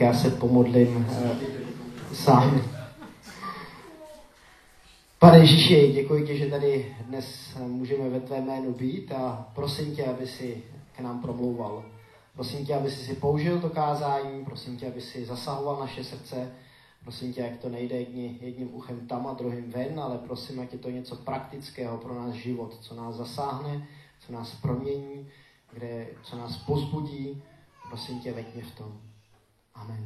já se pomodlím sám. Pane Ježíši, děkuji ti, že tady dnes můžeme ve tvé jménu být a prosím tě, aby si k nám promlouval. Prosím tě, aby si použil to kázání, prosím tě, aby si zasahoval naše srdce. Prosím tě, jak to nejde jedním uchem tam a druhým ven, ale prosím, ať je to něco praktického pro náš život, co nás zasáhne, co nás promění, co nás pozbudí. Prosím tě, veď mě v tom. Amen.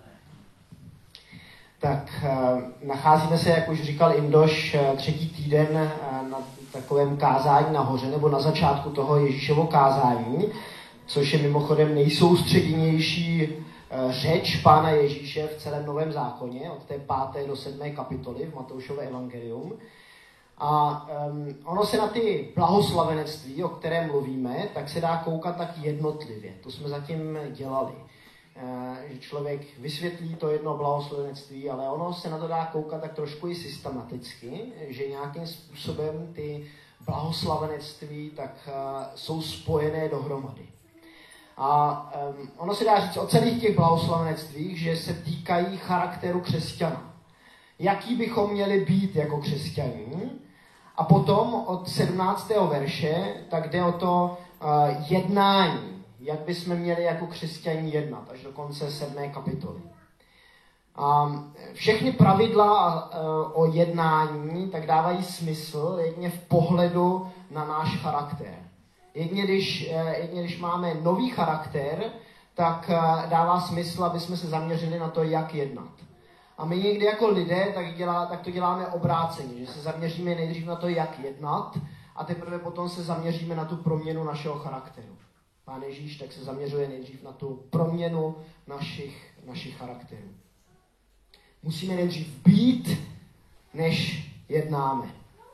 Tak nacházíme se, jak už říkal Indoš, 3. týden na takovém kázání nahoře, nebo na začátku toho Ježíšovo kázání, což je mimochodem nejsoustředěnější řeč Pána Ježíše v celém Novém zákoně, od té 5. do 7. kapitoly v Matoušově evangelium. A ono se na ty blahoslavenectví, o kterém mluvíme, tak se dá koukat tak jednotlivě. To jsme zatím dělali. Že člověk vysvětlí to jedno blahoslavenectví, ale ono se na to dá koukat tak trošku i systematicky, že nějakým způsobem ty blahoslavenectví tak jsou spojené dohromady. A ono se dá říct o celých těch blahoslavenectvích, že se týkají charakteru křesťana. Jaký bychom měli být jako křesťaní. A potom od 17. verše tak jde o to jednání, jak bychom měli jako křesťaní jednat, až do konce 7. kapitoly. A všechny pravidla o jednání tak dávají smysl jedně v pohledu na náš charakter. Jedně když máme nový charakter, tak dává smysl, aby jsme se zaměřili na to, jak jednat. A my někdy jako lidé tak to děláme obráceně, že se zaměříme nejdřív na to, jak jednat, a teprve potom se zaměříme na tu proměnu našeho charakteru. Pán Ježíš tak se zaměřuje nejdřív na tu proměnu našich charakterů. Musíme nejdřív být, než jednáme.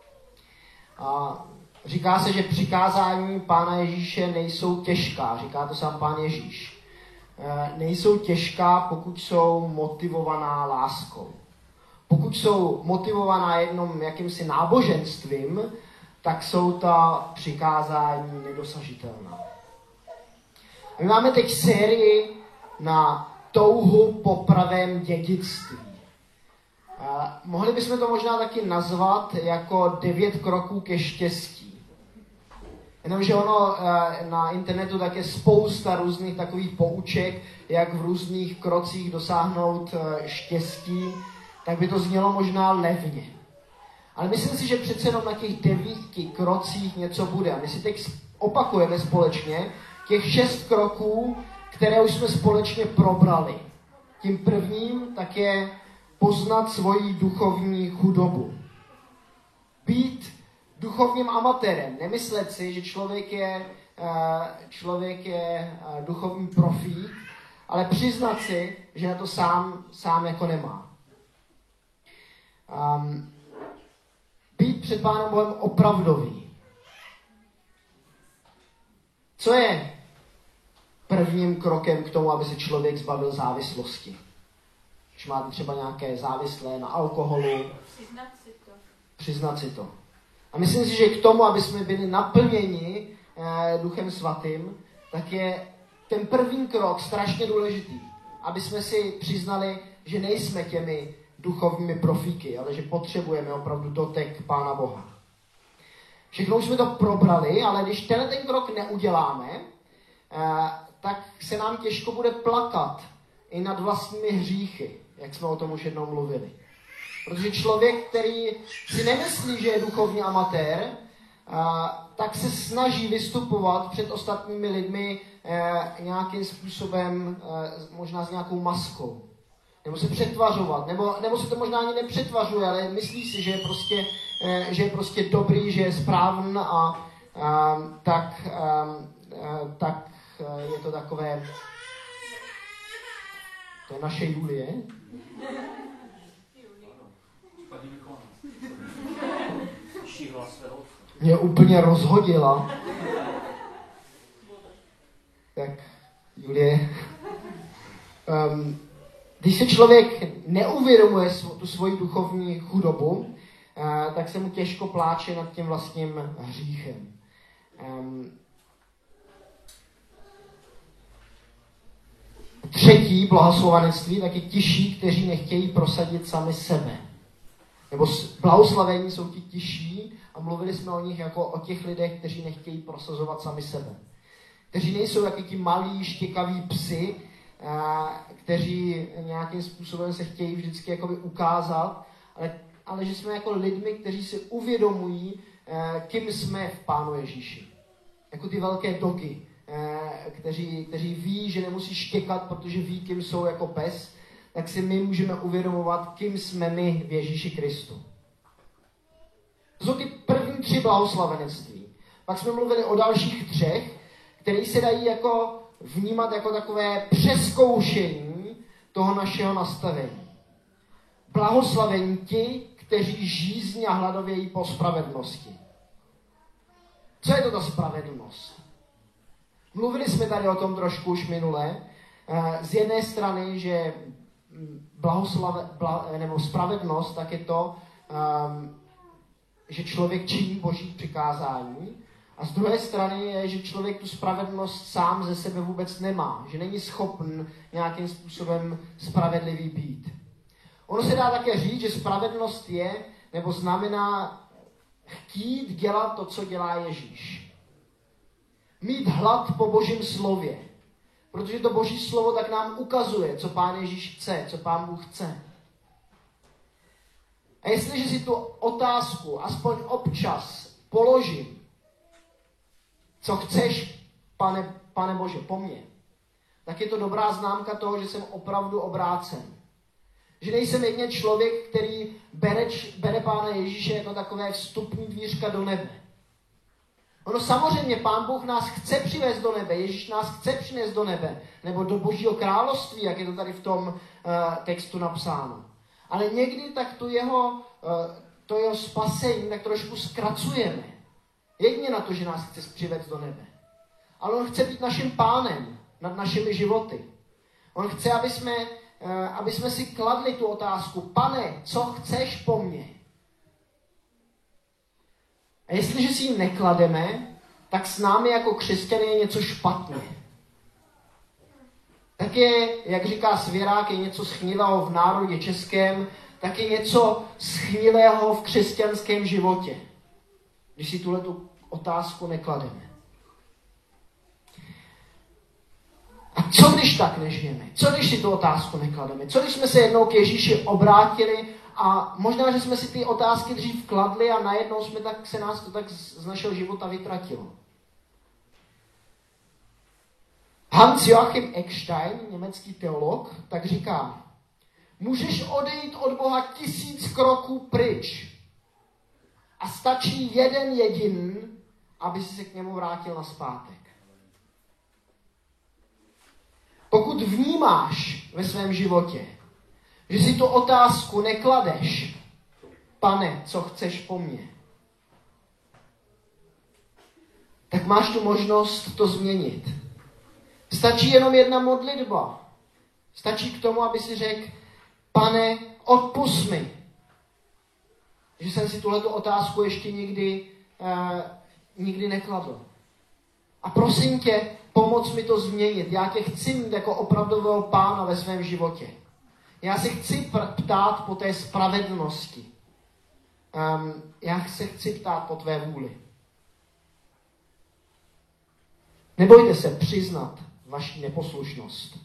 A říká se, že přikázání Pána Ježíše nejsou těžká, říká to sám Pán Ježíš. Nejsou těžká, pokud jsou motivovaná láskou. Pokud jsou motivovaná jenom jakýmsi náboženstvím, tak jsou ta přikázání nedosažitelná. My máme teď sérii na touhu po pravém dědictví. Mohli bychom to možná taky nazvat jako 9 kroků ke štěstí. Jenomže ono na internetu tak je spousta různých takových pouček, jak v různých krocích dosáhnout štěstí, tak by to znělo možná levně. Ale myslím si, že přece jenom na těch 9 krocích něco bude. A my si teď opakujeme společně těch 6 kroků, které už jsme společně probrali. Tím prvním tak je poznat svoji duchovní chudobu. Být duchovním amatérem. Nemyslet si, že člověk je duchovní profík, ale přiznat si, že na to sám jako nemá. Být před Pánem Bohem opravdový. Co je prvním krokem k tomu, aby se člověk zbavil závislosti? Když máte třeba nějaké závislé na alkoholu. Přiznat si to. A myslím si, že k tomu, aby jsme byli naplněni Duchem Svatým, tak je ten první krok strašně důležitý. Aby jsme si přiznali, že nejsme těmi duchovními profíky, ale že potřebujeme opravdu dotek Pána Boha. Všechno už jsme to probrali, ale když ten krok neuděláme, tak se nám těžko bude plakat i nad vlastními hříchy, jak jsme o tom už jednou mluvili. Protože člověk, který si nemyslí, že je duchovní amatér, tak se snaží vystupovat před ostatními lidmi nějakým způsobem, možná s nějakou maskou. Nebo se přetvařovat, nebo se to možná ani nepřetvařuje, ale myslí si, že je prostě dobrý, že je správný a tak je to takové... To je naše Julie. Mě úplně rozhodila. Tak, Julie. Když se člověk neuvědomuje tu svoji duchovní chudobu, tak se mu těžko pláče nad tím vlastním hříchem. Třetí blahoslovenství, tak je tiší, kteří nechtějí prosadit sami sebe. Nebo blahoslavení jsou ti tiší a mluvili jsme o nich jako o těch lidech, kteří nechtějí prosazovat sami sebe. Kteří nejsou jako ti malí, štěkaví psi, kteří nějakým způsobem se chtějí vždycky jakoby ukázat, ale že jsme jako lidmi, kteří si uvědomují, kým jsme v Pánu Ježíši. Jako ty velké dogy, kteří ví, že nemusí štěkat, protože ví, kým jsou jako pes, tak si my můžeme uvědomovat, kým jsme my v Ježíši Kristu. To jsou ty první 3 blahoslavenství. Pak jsme mluvili o dalších 3, které se dají jako vnímat jako takové přezkoušení toho našeho nastavení. Blahoslavení ti, kteří žízní a hladovějí po spravedlnosti. Co je to ta spravedlnost? Mluvili jsme tady o tom trošku už minule. Z jedné strany, že nebo spravedlnost, tak je to, že člověk činí Boží přikázání. A z druhé strany je, že člověk tu spravedlnost sám ze sebe vůbec nemá. Že není schopen nějakým způsobem spravedlivý být. Ono se dá také říct, že spravedlnost je, nebo znamená chtít dělat to, co dělá Ježíš. Mít hlad po Božím slově. Protože to Boží slovo tak nám ukazuje, co Pán Ježíš chce, co Pán Bůh chce. A jestliže si tu otázku aspoň občas položím, co chceš, pane Bože, po mně, tak je to dobrá známka toho, že jsem opravdu obrácen. Že nejsem jedině člověk, který bere Pána Ježíše jako takové vstupní dvířka do nebe. Ono samozřejmě, Pán Bůh nás chce přivést do nebe, Ježíš nás chce přinést do nebe, nebo do Božího království, jak je to tady v tom textu napsáno. Ale někdy tak to jeho spasení tak trošku zkracujeme. Jedině na to, že nás chce přivést do nebe. Ale on chce být naším pánem nad našimi životy. On chce, aby jsme si kladli tu otázku, Pane, co chceš po mně? A jestliže si ji neklademe, tak s námi jako křesťany je něco špatně. Tak je, jak říká Svěrák, je něco schnilého v národě českém, tak je něco schnilého v křesťanském životě. Když si tuhletu otázku neklademe. A co když tak nežijeme? Co když si tu otázku neklademe? Co když jsme se jednou k Ježíši obrátili a možná, že jsme si ty otázky dřív kladli a najednou se nás to tak z našeho života vytratilo. Hans-Joachim Eckstein, německý teolog, tak říká, můžeš odejít od Boha 1000 kroků pryč a stačí jeden jediný, aby si se k němu vrátil nazpátek. Pokud vnímáš ve svém životě, že si tu otázku nekladeš, Pane, co chceš po mně, tak máš tu možnost to změnit. Stačí jenom jedna modlitba. Stačí k tomu, aby si řekl, Pane, odpusť mi, že jsem si tuhletu otázku ještě nikdy nekladl. A prosím tě, pomoc mi to změnit. Já tě chci mít jako opravdového pána ve svém životě. Já se chci ptát po té spravedlnosti. Já se chci ptát po tvé vůli. Nebojte se přiznat vaši neposlušnost.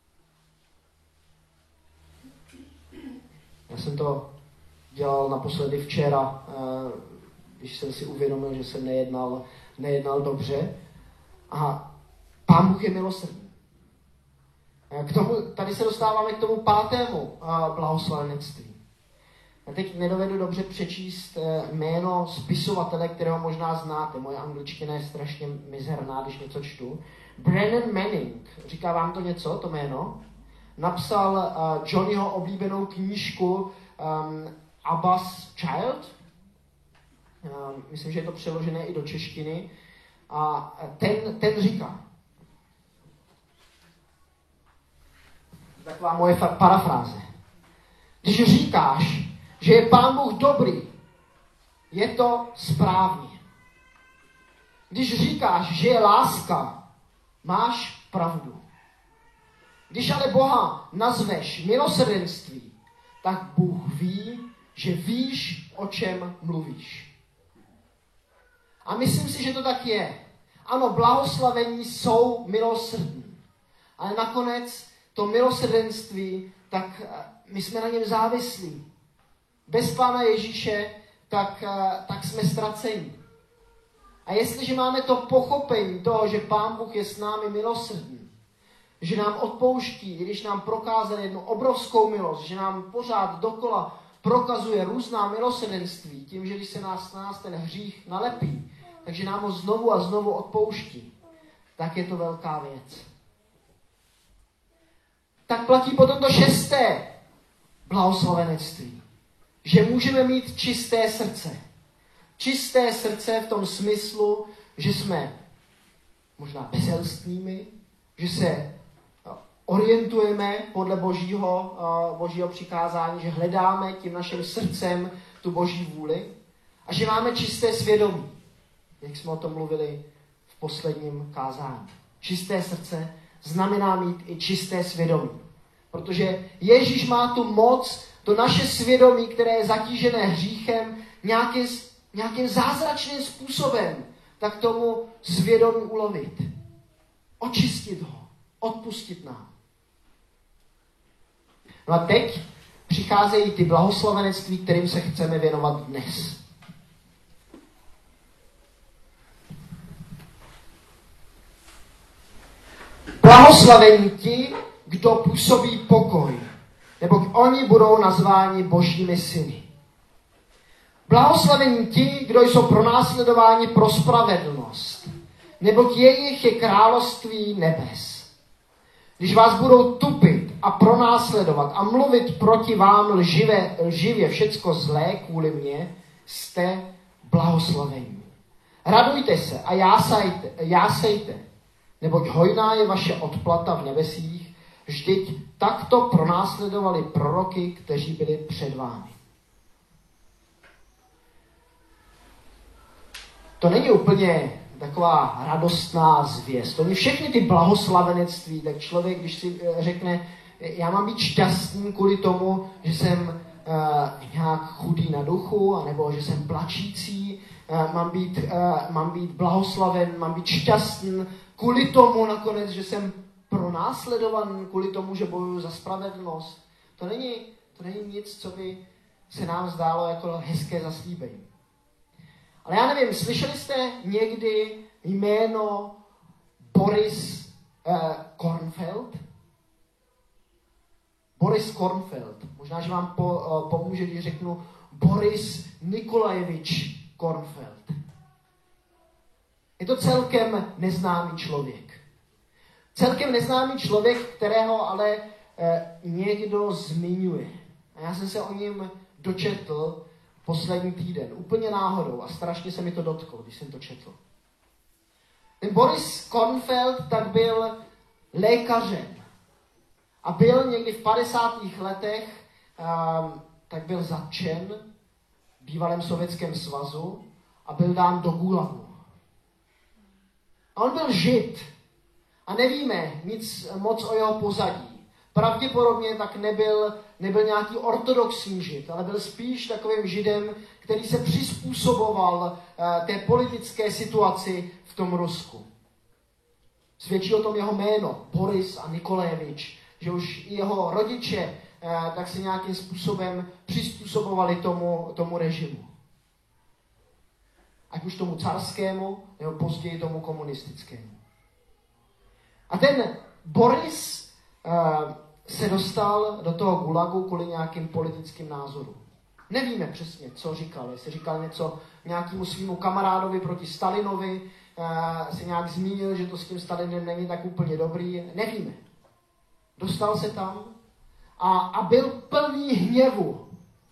Já jsem to dělal naposledy včera, když jsem si uvědomil, že jsem nejednal dobře. A Pán Bůh je milosrdný. Tady se dostáváme k tomu 5. blahoslavenectví. Já teď nedovedu dobře přečíst jméno spisovatele, kterého možná znáte. Moje angličtina je strašně mizerná, když něco čtu. Brennan Manning. Říká vám to něco, to jméno? Napsal Johnnyho oblíbenou knížku Abba's Child. Myslím, že je to přeložené i do češtiny. A ten říká, taková moje parafráze. Když říkáš, že je Pán Bůh dobrý, je to správně. Když říkáš, že je láska, máš pravdu. Když ale Boha nazveš milosrdenství, tak Bůh ví, že víš, o čem mluvíš. A myslím si, že to tak je. Ano, blahoslavení jsou milosrdní. Ale nakonec to milosrdenství, tak my jsme na něm závislí. Bez Pána Ježíše, tak jsme ztraceni. A jestliže máme to pochopení toho, že Pán Bůh je s námi milosrdný, že nám odpouští, když nám prokázal jednu obrovskou milost, že nám pořád dokola prokazuje různá milosrdenství, tím, že když se na nás ten hřích nalepí, takže nám ho znovu a znovu odpouští, tak je to velká věc. Tak platí potom to 6. blahoslavenectví, že můžeme mít čisté srdce. Čisté srdce v tom smyslu, že jsme možná bezelstními, že se orientujeme podle božího přikázání, že hledáme tím naším srdcem tu boží vůli a že máme čisté svědomí, jak jsme o tom mluvili v posledním kázání. Čisté srdce znamená mít i čisté svědomí, protože Ježíš má tu moc to naše svědomí, které je zatížené hříchem, nějakým zázračným způsobem, tak tomu svědomí ulovit. Očistit ho, odpustit nám. No a teď přicházejí ty blahoslavenectví, kterým se chceme věnovat dnes. Blahoslavení ti, kdo působí pokoj, neboť oni budou nazváni božími syny. Blahoslavení ti, kdo jsou pronásledováni pro spravedlnost, neboť jejich je království nebes. Když vás budou tupit a pronásledovat a mluvit proti vám lživě všecko zlé kvůli mně, jste blahoslavení. Radujte se a jásejte, neboť hojná je vaše odplata v nebesích, vždyť takto pronásledovali proroky, kteří byli před vámi. To není úplně taková radostná zvěst. Oni všechny ty blahoslavenectví, tak člověk, když si řekne, já mám být šťastný kvůli tomu, že jsem nějak chudý na duchu, anebo že jsem plačící, mám být blahoslaven, mám být šťastný kvůli tomu nakonec, že jsem pronásledovan, kvůli tomu, že bojuju za spravedlnost. To není nic, co by se nám zdálo jako hezké zaslíbení. Ale já nevím, slyšeli jste někdy jméno Boris Kornfeld? Boris Kornfeld. Možná, že vám pomůže, když řeknu Boris Nikolajevič Kornfeld. Je to celkem neznámý člověk. Celkem neznámý člověk, kterého ale někdo zmiňuje. A já jsem se o něm dočetl poslední týden, úplně náhodou a strašně se mi to dotklo, když jsem to četl. Ten Boris Kornfeld tak byl lékařem a byl někdy v 50. letech, tak byl zatčen v bývalém Sovětském svazu a byl dán do gulagu. A on byl Žid a nevíme nic moc o jeho pozadí. Pravděpodobně tak nebyl nějaký ortodoxní Žid, ale byl spíš takovým Židem, který se přizpůsoboval té politické situaci v tom Rusku. Svědčí o tom jeho jméno, Boris a Nikolajevič, že už jeho rodiče tak se nějakým způsobem přizpůsobovali tomu režimu. Ať už tomu carskému, nebo později tomu komunistickému. A ten Boris se dostal do toho gulagu kvůli nějakým politickým názorům. Nevíme přesně, co říkal. Jestli říkal něco nějakému svýmu kamarádovi proti Stalinovi, se nějak zmínil, že to s tím Stalinem není tak úplně dobrý. Nevíme. Dostal se tam a byl plný hněvu.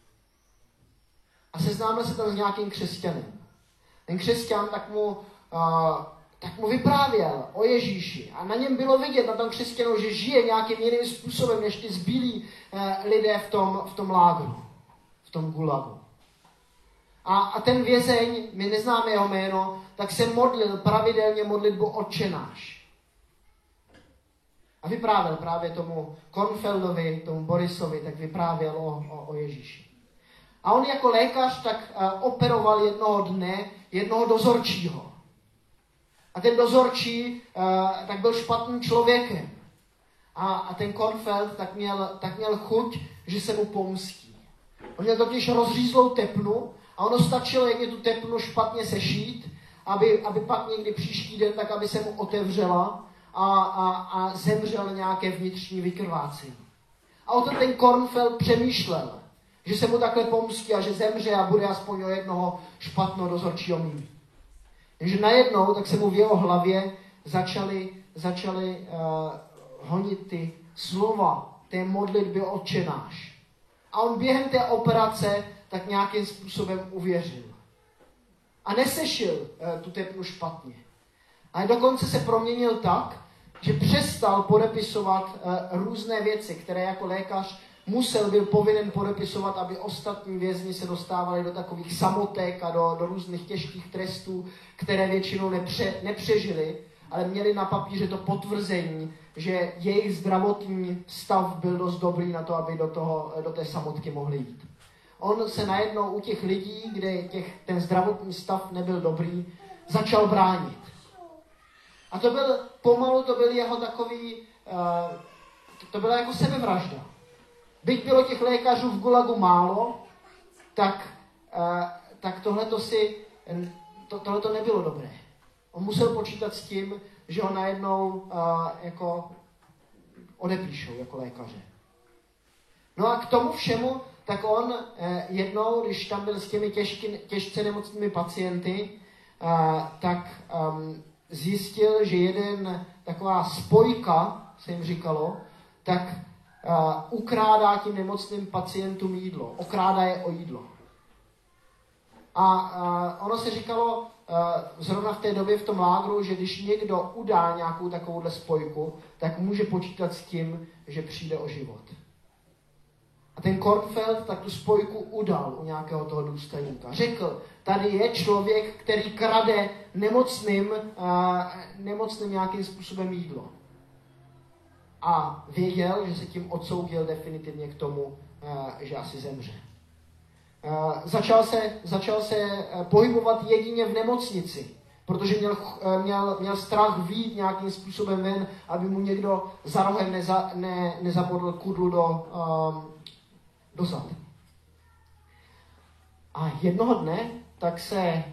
A seznámil se tam s nějakým křesťanem. Ten křesťan tak mu vyprávěl o Ježíši. A na něm bylo vidět, na tom křesťanu, že žije nějakým jiným způsobem, než ty zbylí lidé v tom lágru, v tom gulagu. A ten vězeň, my neznáme jeho jméno, tak se modlil pravidelně modlitbu Otče náš. A vyprávěl právě tomu Kornfeldovi, tomu Borisovi, tak vyprávěl o Ježíši. A on jako lékař tak operoval jednoho dne jednoho dozorčího. A ten dozorčí tak byl špatným člověkem. A ten Kornfeld tak měl chuť, že se mu pomstí. On měl totiž rozřízlou tepnu a ono stačilo jen tu tepnu špatně sešít, aby pak někdy příští den, tak aby se mu otevřela a zemřel nějaké vnitřní vykrvácení. A o tom ten Kornfeld přemýšlel, že se mu takhle pomstí a že zemře a bude aspoň o jednoho špatného dozorčího mít. Takže najednou tak se mu v jeho hlavě začaly honit ty slova té modlitby Otče náš. A on během té operace tak nějakým způsobem uvěřil. A nesešil tu tepnu špatně. A dokonce se proměnil tak, že přestal podepisovat různé věci, které jako lékař byl povinen podepisovat, aby ostatní vězni se dostávali do takových samotek a do různých těžkých trestů, které většinou nepřežili, ale měli na papíře to potvrzení, že jejich zdravotní stav byl dost dobrý na to, aby do té samotky mohli jít. On se najednou u těch lidí, kde ten zdravotní stav nebyl dobrý, začal bránit. A to byl jeho takový, to byla jako sebevražda. Byť bylo těch lékařů v Gulagu málo, tak tohleto nebylo dobré. On musel počítat s tím, že ho najednou jako odepíšou jako lékaře. No a k tomu všemu, tak on jednou, když tam byl s těmi těžce nemocnými pacienty, tak zjistil, že jeden taková spojka, se jim říkalo, tak ukrádá tím nemocným pacientům jídlo. Okrádá je o jídlo. A ono se říkalo zrovna v té době v tom lágru, že když někdo udá nějakou takovouhle spojku, tak může počítat s tím, že přijde o život. A ten Kornfeld tak tu spojku udal u nějakého toho důstojníka. Řekl, tady je člověk, který krade nemocným nějakým způsobem jídlo. A věděl, že se tím odsoudil definitivně k tomu, že asi zemře. Začal se pohybovat jedině v nemocnici, protože měl strach vyjít nějakým způsobem ven, aby mu někdo za rohem nezabodl kudlu do zad. A jednoho dne tak se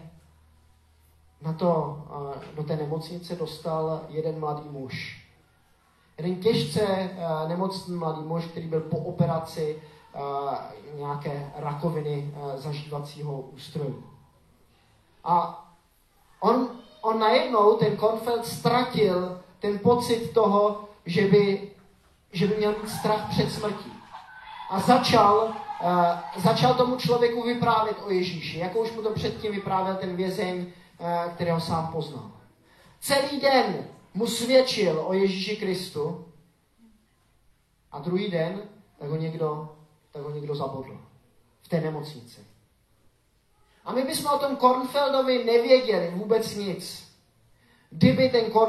do té nemocnice dostal jeden mladý muž. Jeden těžce nemocný mladý muž, který byl po operaci nějaké rakoviny zažívacího ústrojí. A on najednou, ten Kornfeld, ztratil ten pocit toho, že by měl mít strach před smrtí. A začal tomu člověku vyprávět o Ježíši, jako už mu to předtím vyprávěl ten vězeň, kterého sám poznal. Celý den mu svědčil o Ježíši Kristu a druhý den tak ho někdo zabodl v té nemocnici. A my bychom o tom Kornfeldovi nevěděli vůbec nic. Kdyby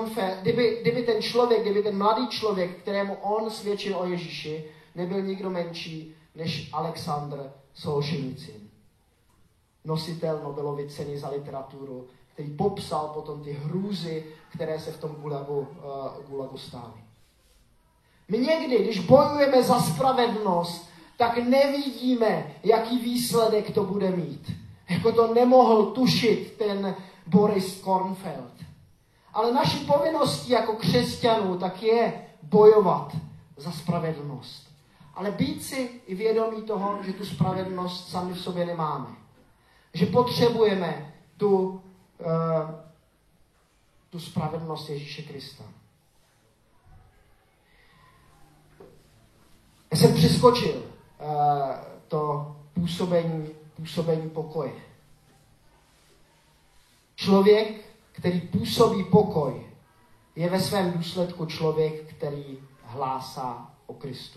ten mladý člověk, kterému on svědčil o Ježíši, nebyl nikdo menší než Alexandr Solženicyn. Nositel Nobelovy ceny za literaturu, který popsal potom ty hrůzy, které se v tom gulagu stály. My někdy, když bojujeme za spravedlnost, tak nevidíme, jaký výsledek to bude mít. Jako to nemohl tušit ten Boris Kornfeld. Ale naší povinností jako křesťanů tak je bojovat za spravedlnost. Ale být si i vědomí toho, že tu spravedlnost sami v sobě nemáme. Že potřebujeme tu spravedlnost Ježíše Krista. Já jsem přeskočil to působení pokoje. Člověk, který působí pokoj, je ve svém důsledku člověk, který hlásá o Kristu.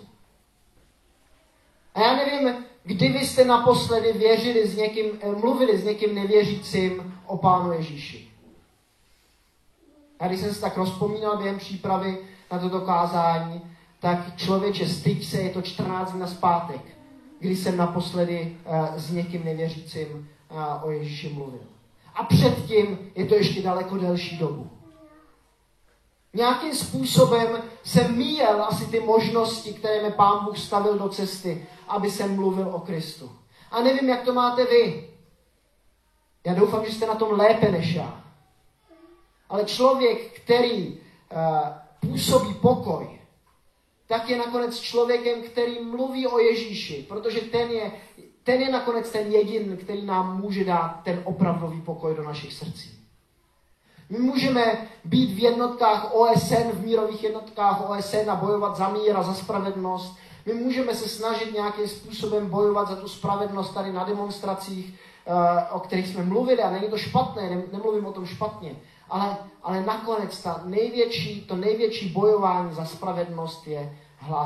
A já nevím, kdy vy jste naposledy mluvili s někým nevěřícím o Pánu Ježíši. A když jsem se tak rozpomínal během přípravy, na toto kázání, tak člověče, styď se, je to 14 dní nazpátek, kdy jsem naposledy s někým nevěřícím o Ježíši mluvil. A předtím je to ještě daleko delší dobu. Nějakým způsobem jsem míjel asi ty možnosti, které mi Pán Bůh stavil do cesty, aby jsem mluvil o Kristu. A nevím, jak to máte vy. Já doufám, že jste na tom lépe než já. Ale člověk, který působí pokoj, tak je nakonec člověkem, který mluví o Ježíši, protože ten je nakonec ten jediný, který nám může dát ten opravdový pokoj do našich srdcí. My můžeme být v jednotkách OSN, v mírových jednotkách OSN a bojovat za mír a za spravedlnost. My můžeme se snažit nějakým způsobem bojovat za tu spravedlnost tady na demonstracích, o kterých jsme mluvili, a není to špatné, nemluvím o tom špatně, ale nakonec to největší bojování za spravedlnost je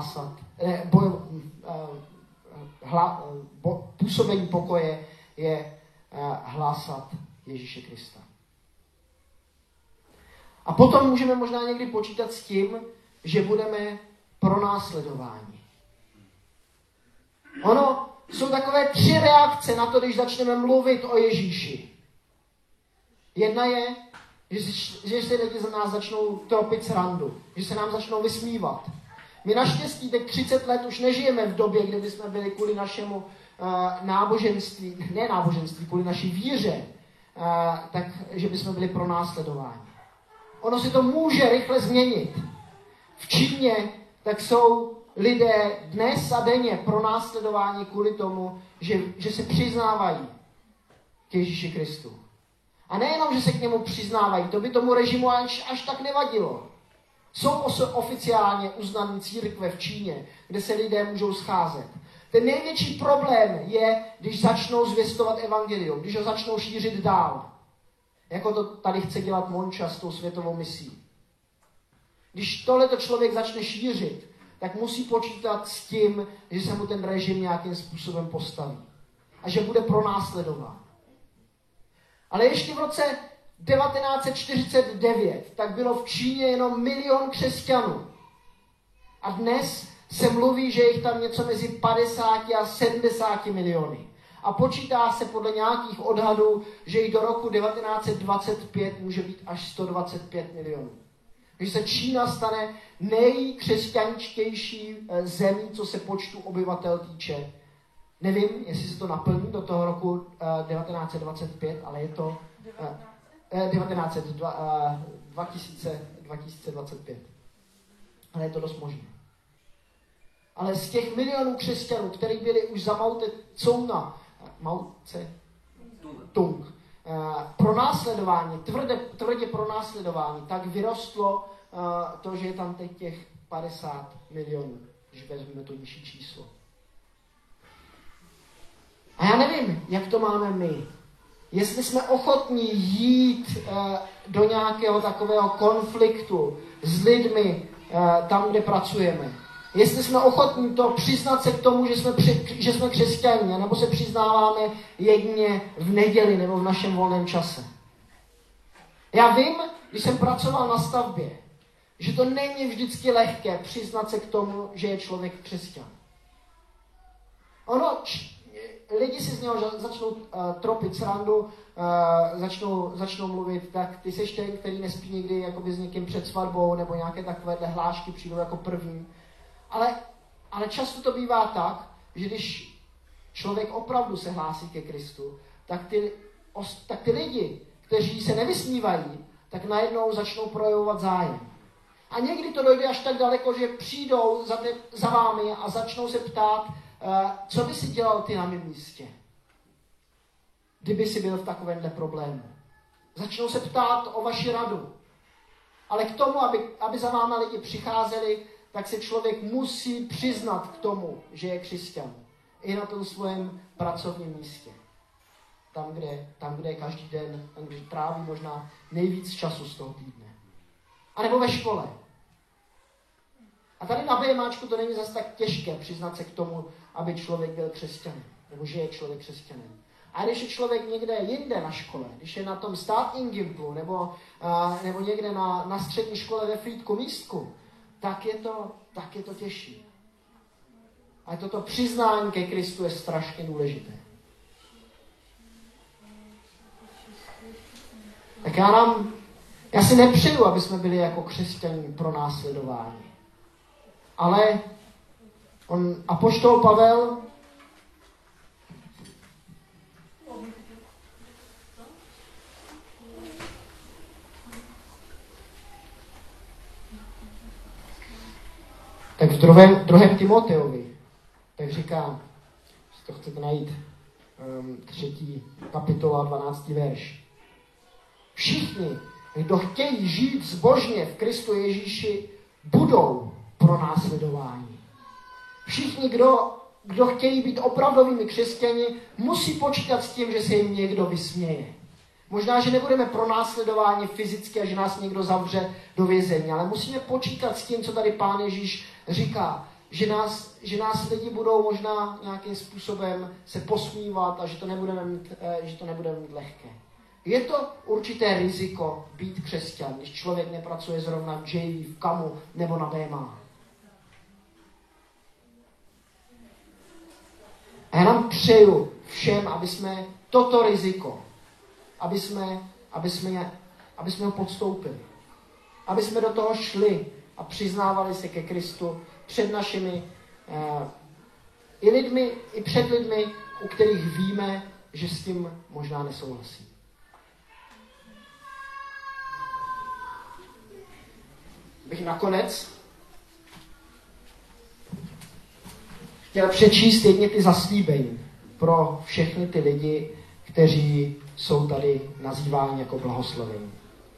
působení pokoje je hlásat Ježíše Krista. A potom můžeme možná někdy počítat s tím, že budeme pronásledováni. Jsou takové 3 reakce na to, když začneme mluvit o Ježíši. Jedna je, že se lidi za nás začnou tropit srandu, že se nám začnou vysmívat. My naštěstí teď 30 let už nežijeme v době, kdy bychom byli kvůli našemu kvůli naší víře, takže bychom byli pronásledováni. Ono si to může rychle změnit. V Číně tak jsou lidé dnes a denně pronásledováni kvůli tomu, že se přiznávají k Ježíši Kristu. A nejenom, že se k němu přiznávají, to by tomu režimu až tak nevadilo. Jsou oficiálně uznané církve v Číně, kde se lidé můžou scházet. Ten největší problém je, když začnou zvěstovat evangelium, když ho začnou šířit dál. Jako to tady chce dělat Monča s tou světovou misí. Když tohleto člověk začne šířit, tak musí počítat s tím, že se mu ten režim nějakým způsobem postaví. A že bude pronásledován. Ale ještě v roce 1949 tak bylo v Číně jenom 1 milion křesťanů. A dnes se mluví, že jich tam něco mezi 50 a 70 miliony. A počítá se podle nějakých odhadů, že i do roku 1925 může být až 125 milionů. Když se Čína stane nejkřesťančtější zemí, co se počtu obyvatel týče. Nevím, jestli se to naplní do toho roku 1925, ale je to 2025. Ale je to dost možné. Ale z těch milionů křesťanů, kteří byli už za Mao Tung, pronásledování, tvrdě pronásledování, tak vyrostlo to, že je tam teď těch 50 milionů, když vezmeme to nižší číslo. A já nevím, jak to máme my. Jestli jsme ochotní jít do nějakého takového konfliktu s lidmi tam, kde pracujeme. Jestli jsme ochotní to přiznat se k tomu, že jsme křesťané, nebo se přiznáváme jedině v neděli nebo v našem volném čase. Já vím, když jsem pracoval na stavbě, že to není vždycky lehké přiznat se k tomu, že je člověk křesťan. Lidi si z něho začnou tropit srandu, začnou mluvit, tak ty seš ten, který nespí nikdy jakoby s někým před svatbou, nebo nějaké takovéhle hlášky přijdou jako první. Ale často to bývá tak, že když člověk opravdu se hlásí ke Kristu, tak ty lidi, kteří se nevysmívají, tak najednou začnou projevovat zájem. A někdy to dojde až tak daleko, že přijdou za vámi a začnou se ptát, co by si dělal ty na mém místě, kdyby si byl v takovémhle problému. Začnou se ptát o vaši radu. Ale k tomu, aby za váma lidi přicházeli, tak se člověk musí přiznat k tomu, že je křesťan. I na tom svém pracovním místě. Tam, kde je každý den, tam, kde tráví možná nejvíc času z toho týdne. A nebo ve škole. A tady na BMAčku to není zase tak těžké přiznat se k tomu, aby člověk byl křesťanem. Nebo že je člověk křesťanem. A když je člověk někde jinde na škole, když je na tom státním gymplu, nebo někde na střední škole ve Frýdku místku, tak je to těžší. A toto přiznání ke Kristu je strašně důležité. Tak já si nepřeju, aby jsme byli jako křesťané pronásledováni. Ale apoštol Pavel tak v 2. Timoteovi tak říká, si to chcete najít, 3. kapitola, 12. verš. Všichni, kdo chtějí žít zbožně v Kristu Ježíši, budou pronásledováni. Všichni, kdo chtějí být opravdovými křesťani, musí počítat s tím, že se jim někdo vysměje. Možná, že nebudeme pronásledováni fyzicky a že nás někdo zavře do vězení, ale musíme počítat s tím, co tady Pán Ježíš říká, že nás lidi budou možná nějakým způsobem se posmívat a že to nebudeme mít lehké. Je to určité riziko být křesťan, když člověk nepracuje zrovna v JV, v KAMu nebo na BMA. A já nám přeju všem, aby jsme toto riziko, aby jsme ho podstoupili. Aby jsme do toho šli a přiznávali se ke Kristu před našimi i lidmi, i před lidmi, u kterých víme, že s tím možná nesouhlasí. Bych nakonec chtěl přečíst jedně ty zaslíbení pro všechny ty lidi, kteří jsou tady nazýváni jako blahoslavení.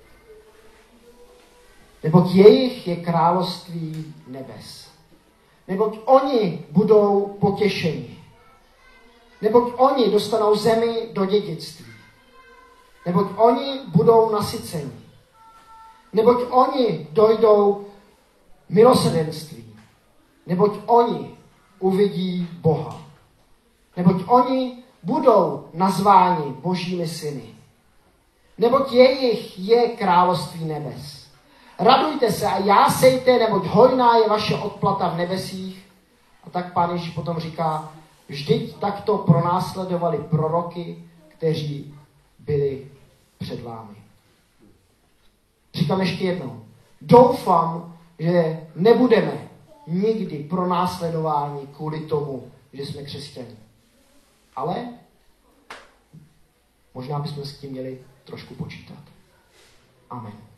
Neboť jejich je království nebes. Neboť oni budou potěšeni. Neboť oni dostanou zemi do dědictví. Neboť oni budou nasyceni. Neboť oni dojdou milosrdenství. Neboť oni uvidí Boha. Neboť oni budou nazváni Božími syny. Neboť jejich je království nebes. Radujte se a jásejte, neboť hojná je vaše odplata v nebesích. A tak Pán Ježíš potom říká, vždyť takto pronásledovali proroky, kteří byli před vámi. Říkám ještě jednou. Doufám, že nebudeme nikdy pronásledováni kvůli tomu, že jsme křesťané. Ale možná bychom s tím měli trošku počítat. Amen.